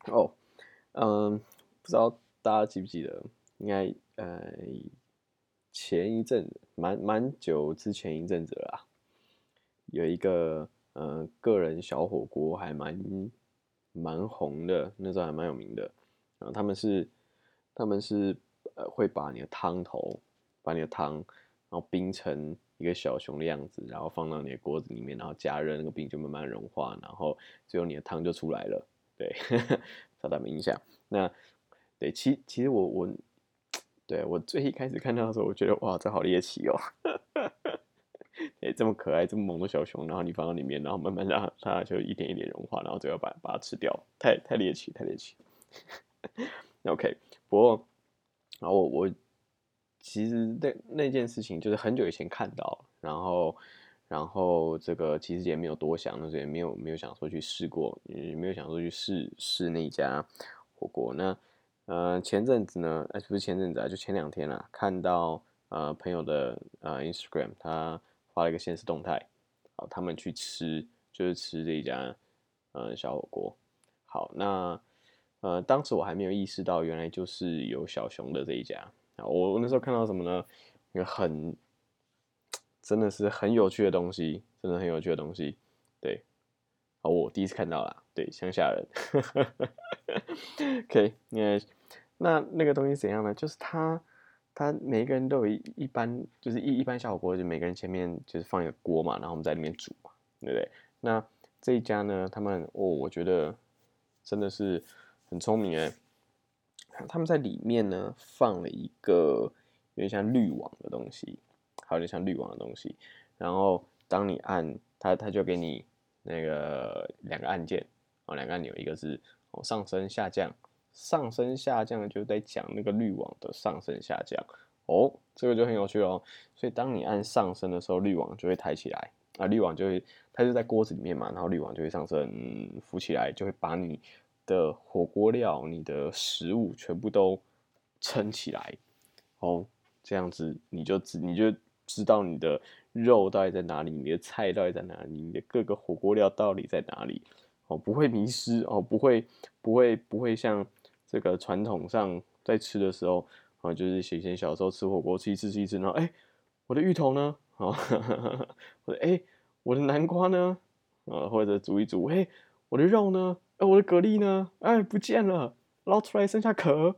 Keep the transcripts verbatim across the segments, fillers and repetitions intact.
哦，嗯，不知道大家记不记得，应该呃前一阵子，蛮蛮久之前一阵子了啦，有一个呃个人小火锅还蛮蛮红的，那时候还蛮有名的。然后他们是他们是呃会把你的汤头，把你的汤，然后冰成一个小熊的样子，然后放到你的锅子里面，然后加热，那个冰就慢慢融化，然后最后你的汤就出来了。对，受到影响。那对，其其实我我对我最一开始看到的时候，我觉得哇，这好猎奇哦。哎，这么可爱、这么萌的小熊，然后你放到里面，然后慢慢让它就一点一点融化，然后最后把把它吃掉，太太猎奇，太猎奇。OK，不过，然后我我其实那那件事情就是很久以前看到，然后然后这个其实也没有多想，那时候也没有没有想说去试过，也没有想说去试试那家火锅。那呃前阵子呢，哎不是前阵子啊，就前两天啊，看到呃朋友的呃 Instagram，他发了一个现实动态，好，他们去吃就是吃这一家呃小火锅。好，那呃当时我还没有意识到，原来就是有小熊的这一家。我我那时候看到什么呢？一个很真的是很有趣的东西，真的很有趣的东西。对，好，我第一次看到啦，对，乡下人。OK，因为那那个东西怎样呢？就是它，它每一个人都有一一般，就是一一般小火锅，就每个人前面就是放一个锅嘛，然后我们在里面煮嘛，对不对？那这一家呢，他们哦，我觉得真的是很聪明诶，他们在里面呢放了一个有点像滤网的东西，还有点像滤网的东西。然后当你按它，它就给你那个两个按键哦，两个按钮，一个是哦上升下降，上升下降就在讲那个滤网的上升下降哦，这个就很有趣哦。所以当你按上升的时候，滤网就会抬起来啊，滤网就会它就在锅子里面嘛，然后滤网就会上升浮起来，就会把你的火锅料、你的食物全部都撑起来哦，这样子你就知你就知道你的肉到底在哪里，你的菜到底在哪里，你的各个火锅料到底在哪里哦，不会迷失哦，不会不会不会像这个传统上在吃的时候啊，就是以前小时候吃火锅吃一次吃一次，然后哎、欸我的芋头呢？哦，或者哎，我的南瓜呢？呃，或者煮一煮，哎，我的肉呢？哎，我的蛤蜊呢？哎，不见了，捞出来剩下壳。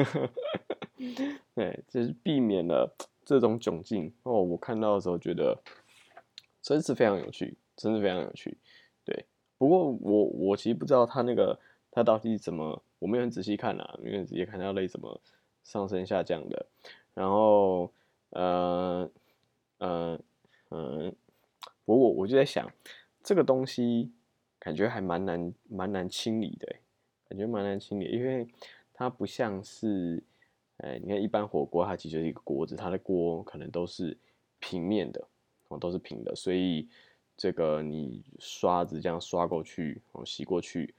对，就是避免了这种窘境。哦，我看到的时候觉得真是非常有趣，真是非常有趣。对，不过我我其实不知道他那个他到底怎么，我没有很仔细看啊，没有很仔细看他类怎么上升下降的。然后呃呃嗯，不过我我就在想，这个东西感觉还蛮难蛮难清理的欸，感觉蛮难清理，因为它不像是，呃，你看一般火锅它其实就是一个锅子，它的锅可能都是平面的，哦，都是平的，所以这个你刷子这样刷过去，哦，洗过去，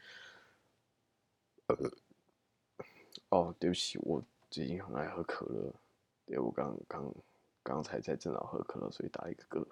哦，对不起，我最近很爱喝可乐，对，我刚刚刚才在正好喝可乐，所以打了一个嗝。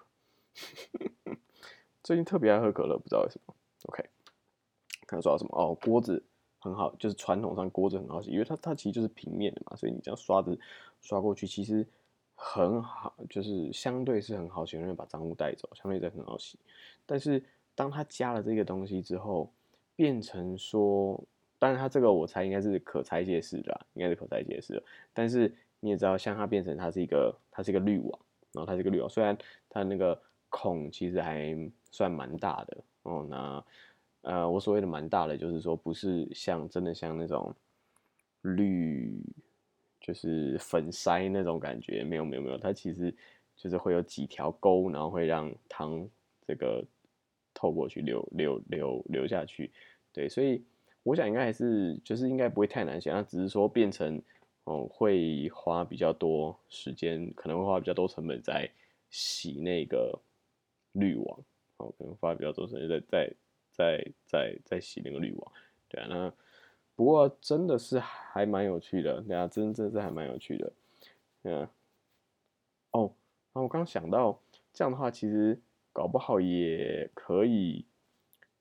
最近特别爱喝可乐，不知道为什么。OK，看说到什么哦，锅子很好，就是传统上锅子很好洗，因为它它其实就是平面的嘛，所以你这样刷子刷过去，其实很好，就是相对是很好洗，因为把脏污带走，相对在很好洗。但是当它加了这个东西之后，变成说，当然它这个我猜应该是可拆卸式的啦，应该是可拆卸式的。但是你也知道，像它变成它是一个它是一个滤网，然后它是一个滤网，虽然它那个孔其实还算蛮大的哦，那呃，我所谓的蛮大的，就是说不是像真的像那种滤，就是粉筛那种感觉，没有没有没有，它其实就是会有几条沟，然后会让汤这个透过去流流流流下去，对，所以我想应该还是就是应该不会太难想，它只是说变成哦会花比较多时间，可能会花比较多成本在洗那个滤网，哦，可能花比较多时间在在在在在洗那个滤网，对啊，那不过真的是还蛮有趣的，对啊，真真是还蛮有趣的，嗯，哦，然后我刚想到这样的话，其实搞不好也可以，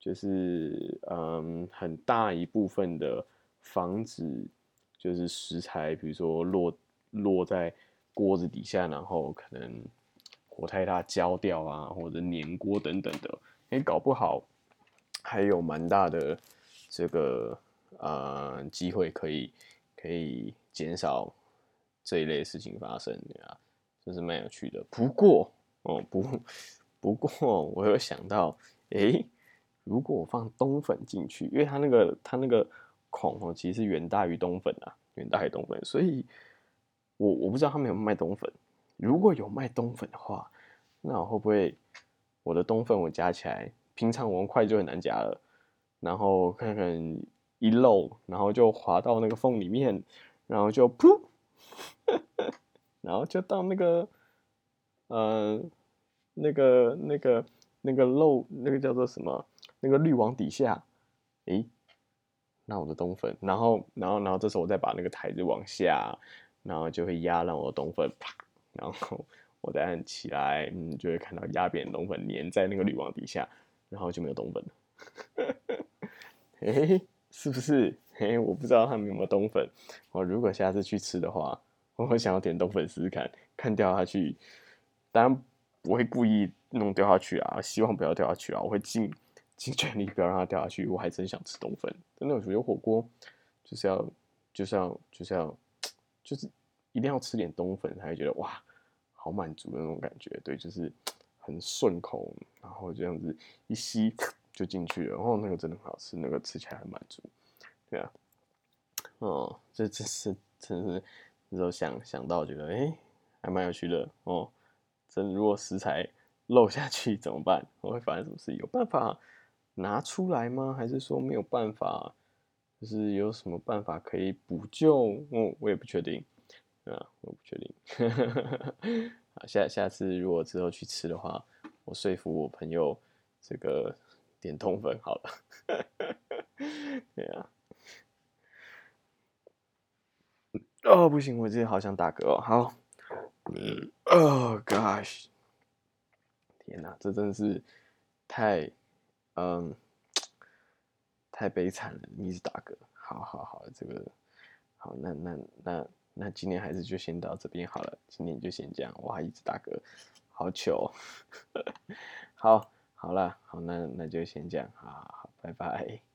就是嗯很大一部分的防止就是食材，比如说落落在锅子底下，然后可能火太大焦掉啊，或者粘锅等等的，哎，搞不好还有蛮大的这个呃机会可以可以减少这一类事情发生，对啊，这是蛮有趣的。不过哦不不过我有想到，诶，如果我放冬粉进去，因为它那个它那个孔哦，其实是远大于冬粉啊，远大于冬粉，所以我我不知道他们有没有卖冬粉。如果有卖冬粉的话，那我会不会我的冬粉我加起来，平常我用筷就很难夹了，然后看看一漏，然后就滑到那个缝里面，然后就噗，然后就到那个呃那个那个那个漏那个叫做什么那个滤网底下，诶，那我的冬粉，然后然后然后这时候我再把那个台子往下，然后就会压让我的冬粉啪，然后我再按起来，嗯，就会看到压扁冬粉粘在那个滤网底下，然后就没有冬粉了。嘿，是不是？嘿，我不知道他们有没有冬粉。我如果下次去吃的话，我会想要点冬粉试试看，看掉下去。当然不会故意弄掉下去啊，希望不要掉下去啊。我会尽尽全力不要让它掉下去。我还真想吃冬粉，真的，我觉得火锅就是要就是要就是要就是一定要吃点冬粉，才会觉得哇，好满足的那种感觉。对，就是很顺口，然后这样子一吸就进去了，然后那个真的很好吃，那个吃起来很满足。对啊，哦，这这是真的是那时候想想到，觉得哎、欸还蛮有趣的哦。真如果食材漏下去怎么办？我会发生什么事？有办法拿出来吗？还是说没有办法？就是有什么办法可以补救？哦，我也不确定。啊，我不确定。好，下下次如果之后去吃的话，我说服我朋友这个点通粉好了。对啊，哦，不行，我今天好想打嗝哦。好，嗯，哦，gosh，天哪，这真的是太，嗯，太悲惨了，你一直打嗝。好好好，这个好，那那那那今天还是就先到这边好了，今天就先这样。哇，一直打嗝，好糗哦。好，好了，好，那那就先这样，好好好，拜拜。